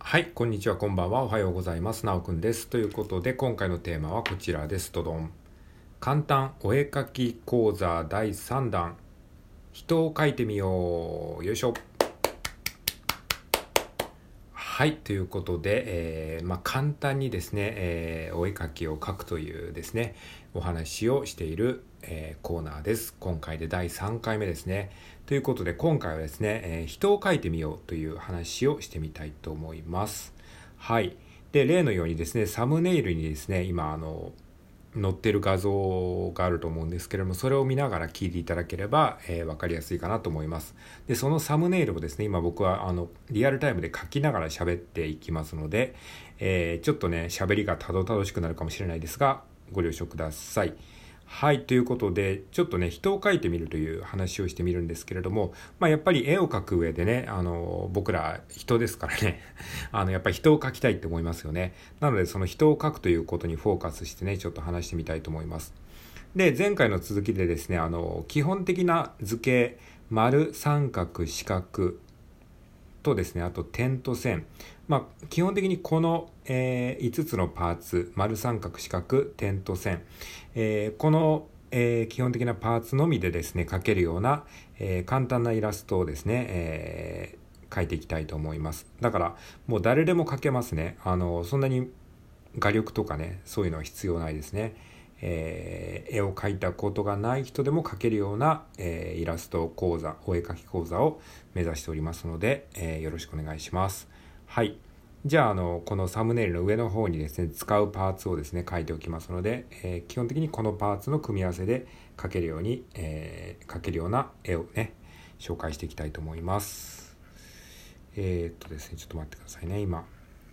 はい、こんにちは、こんばんは、おはようございます。なおくんです。ということで、今回のテーマはこちらです。どどん。簡単お絵かき講座第3弾。人を描いてみよう。よいしょ。はい、ということで、簡単にですね、お絵かきを描くというですね、お話をしている、コーナーです。今回で第3回目ですね。ということで、今回はですね、人を描いてみようという話をしてみたいと思います。はい。で、例のようにですね、サムネイルにですね、今、載ってる画像があると思うんですけれども、それを見ながら聞いていただければ、分かりやすいかなと思います。で、そのサムネイルをですね、今僕はリアルタイムで書きながら喋っていきますので、ちょっとね、喋りがたどたどしくなるかもしれないですが、ご了承ください。はい、ということで、ちょっとね、人を描いてみるという話をしてみるんですけれども、やっぱり絵を描く上でね、僕ら人ですからね、やっぱり人を描きたいって思いますよね。なので、その人を描くということにフォーカスしてね、ちょっと話してみたいと思います。で、前回の続きでですね、基本的な図形、丸、三角、四角とですね、あと点と線。基本的にこの、5つのパーツ、丸、三角、四角、点と線。この、基本的なパーツのみでですね、描けるような、簡単なイラストをですね、描いていきたいと思います。だから、もう誰でも描けますね。そんなに画力とかね、そういうのは必要ないですね。絵を描いたことがない人でも描けるような、イラスト講座、お絵描き講座を目指しておりますので、よろしくお願いします。はい。じゃあ、このサムネイルの上の方にですね、使うパーツをですね、書いておきますので、基本的にこのパーツの組み合わせで描けるように、描けるような絵をね、紹介していきたいと思います。ですね、ちょっと待ってくださいね、今。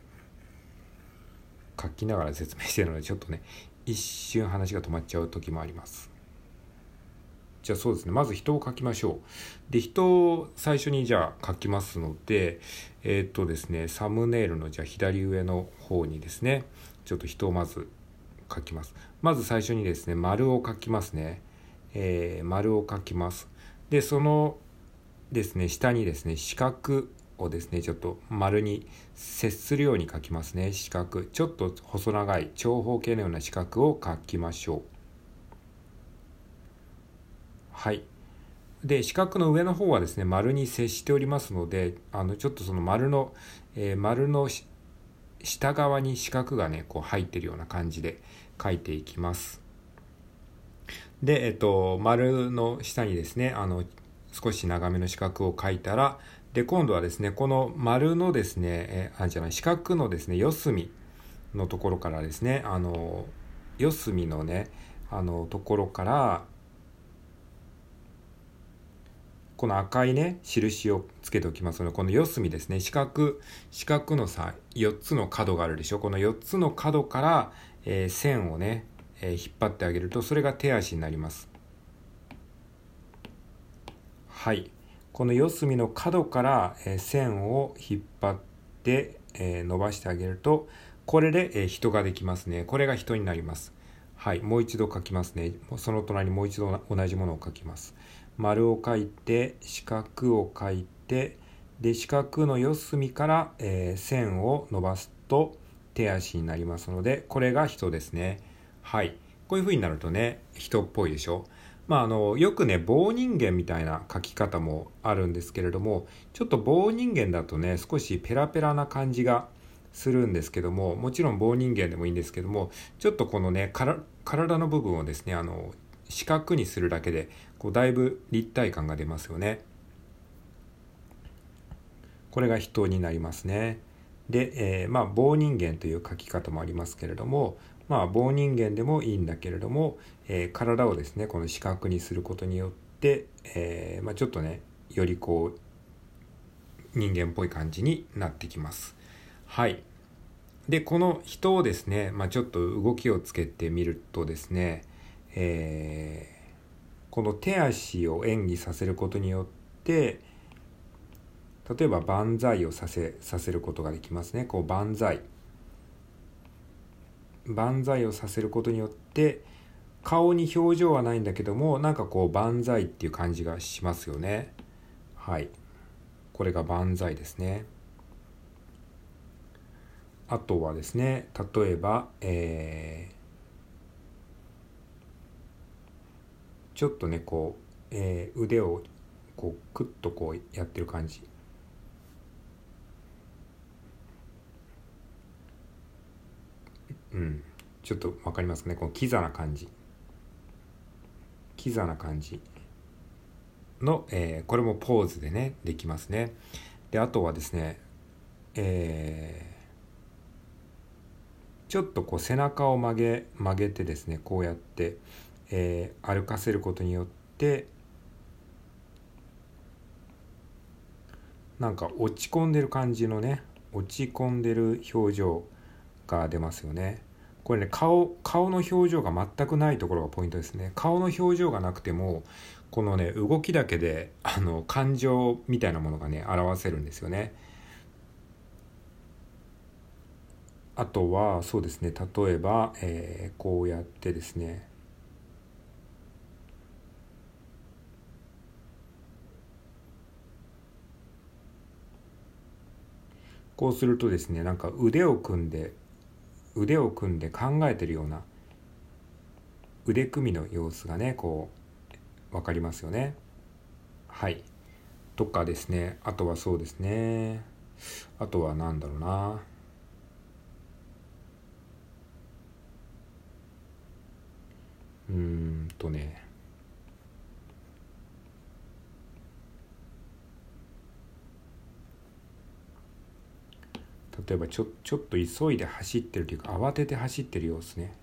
書きながら説明しているので、ちょっとね、一瞬話が止まっちゃう時もあります。じゃあそうですね、まず人を描きましょう。で、人を最初にじゃあ描きますので、ですね、サムネイルのじゃあ左上の方にですね、ちょっと人をまず描きます。まず最初にですね、丸を描きますね。丸を描きます。で、そのですね、下にですね、四角をですね、ちょっと丸に接するように描きますね。四角。ちょっと細長い長方形のような四角を描きましょう。はい。で、四角の上の方はですね、丸に接しておりますので、ちょっとその丸の下側に四角がね、こう入ってるような感じで描いていきます。で、丸の下にですね、少し長めの四角を描いたら、で、今度はですね、この丸のですね、四角のですね、四隅のところからですね、四隅のね、ところから、この赤いね、印をつけておきますので、この四隅ですね、四角のさ、4つの角があるでしょ。この4つの角から、線をね、引っ張ってあげると、それが手足になります。はい。この四隅の角から、線を引っ張って、伸ばしてあげると、これで、人ができますね。これが人になります。はい。もう一度書きますね。その隣にもう一度同じものを書きます。丸を書いて、四角を書いて、で、四角の四隅から、線を伸ばすと手足になりますので、これが人ですね。はい。こういう風になるとね、人っぽいでしょ。よくね、棒人間みたいな書き方もあるんですけれども、ちょっと棒人間だとね、少しペラペラな感じがするんですけども、もちろん棒人間でもいいんですけども、ちょっとこのね、体の部分をですね、四角にするだけで、こうだいぶ立体感が出ますよね。これが人になりますね。で、棒人間という書き方もありますけれども、棒人間でもいいんだけれども、体をですね、この四角にすることによって、ちょっとね、よりこう、人間っぽい感じになってきます。はい。で、この人をですね、ちょっと動きをつけてみるとですね、この手足を演技させることによって、例えば万歳をさせることができますね。こう万歳をさせることによって、顔に表情はないんだけども、なんかこう万歳っていう感じがしますよね。はい。これが万歳ですね。 あとはですね、例えば、ちょっとねこう、腕をこうクッとこうやってる感じ、ちょっとわかりますかね、このキザな感じの、これもポーズでねできますね。であとはですね、ちょっとこう背中を曲げてですね、こうやって、歩かせることによってなんか落ち込んでる感じのね、落ち込んでる表情が出ますよね。これね、顔の表情が全くないところがポイントですね。顔の表情がなくてもこのね動きだけで感情みたいなものがね表せるんですよね。あとはそうですね、例えば、こうやってですね、こうするとですね、なんか腕を組んで考えてるような腕組みの様子がねこう分かりますよね。はい。とかですね、あとはそうですね、あとはなんだろうな、ね、例えばちょっと急いで走ってるというか慌てて走ってる様子ね。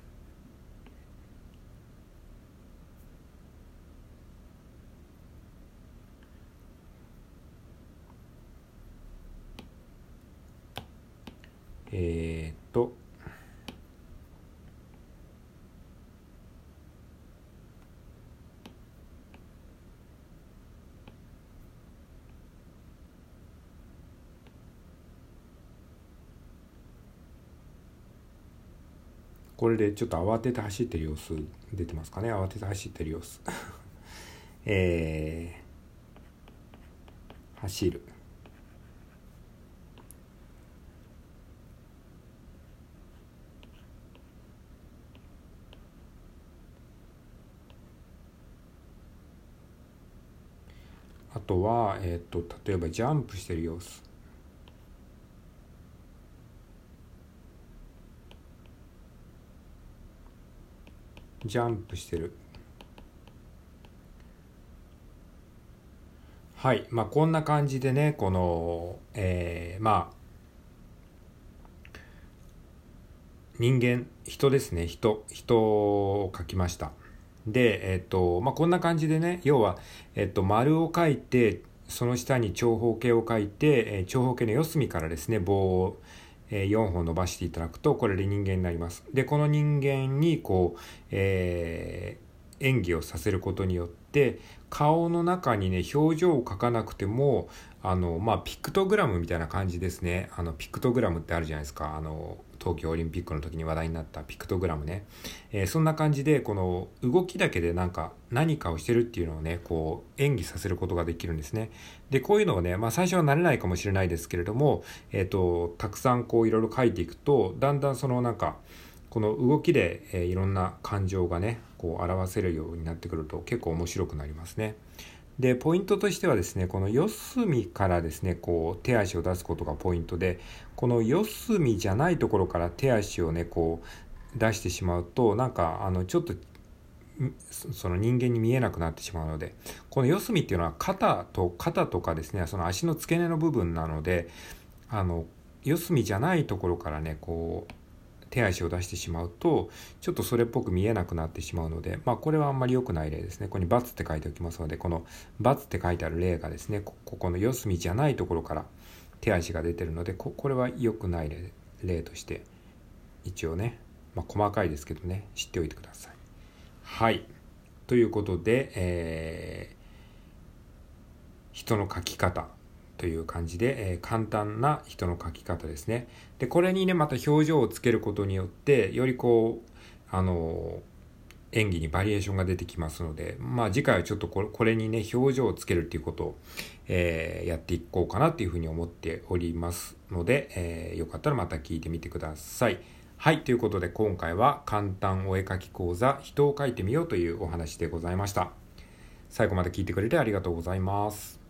えー、っとこれでちょっと慌てて走ってる様子出てますかね。慌てて走ってる様子走る。あとは、例えばジャンプしてる様子。ジャンプしてる。はい。まあこんな感じでね、この、人ですね。人を描きました。で、こんな感じでね、要は、丸を描いて、その下に長方形を描いて、長方形の四隅からですね、棒を、4本伸ばしていただくと、これで人間になります。で、この人間に、こう、演技をさせることによって、顔の中にね、表情を描かなくても、ピクトグラムみたいな感じですね。ピクトグラムってあるじゃないですか。東京オリンピックの時に話題になったピクトグラムね。そんな感じで、この動きだけで何かをしてるっていうのをね、こう演技させることができるんですね。で、こういうのをね、最初は慣れないかもしれないですけれども、たくさんこういろいろ書いていくと、だんだんこの動きで、いろんな感情がね、こう表せるようになってくると結構面白くなりますね。で、ポイントとしてはですね、この四隅からですね、こう手足を出すことがポイントで、この四隅じゃないところから手足をね、こう出してしまうと、ちょっとその人間に見えなくなってしまうので、この四隅っていうのは肩とかですね、その足の付け根の部分なので、四隅じゃないところからね、こう手足を出してしまうとちょっとそれっぽく見えなくなってしまうので、これはあんまり良くない例ですね。ここに×って書いておきますので、この×って書いてある例がですね、ここの四隅じゃないところから手足が出てるので、これは良くない例として一応ね、細かいですけどね、知っておいてください。はい。ということで、人の描き方という感じで、簡単な人の描き方ですね。で、これにね、また表情をつけることによって、よりこう、 演技にバリエーションが出てきますので、次回はちょっとこれにね、表情をつけるっていうことを、やっていこうかなっていうふうに思っておりますので、よかったらまた聞いてみてください。はい、ということで今回は簡単お絵描き講座、人を描いてみようというお話でございました。最後まで聞いてくれてありがとうございます。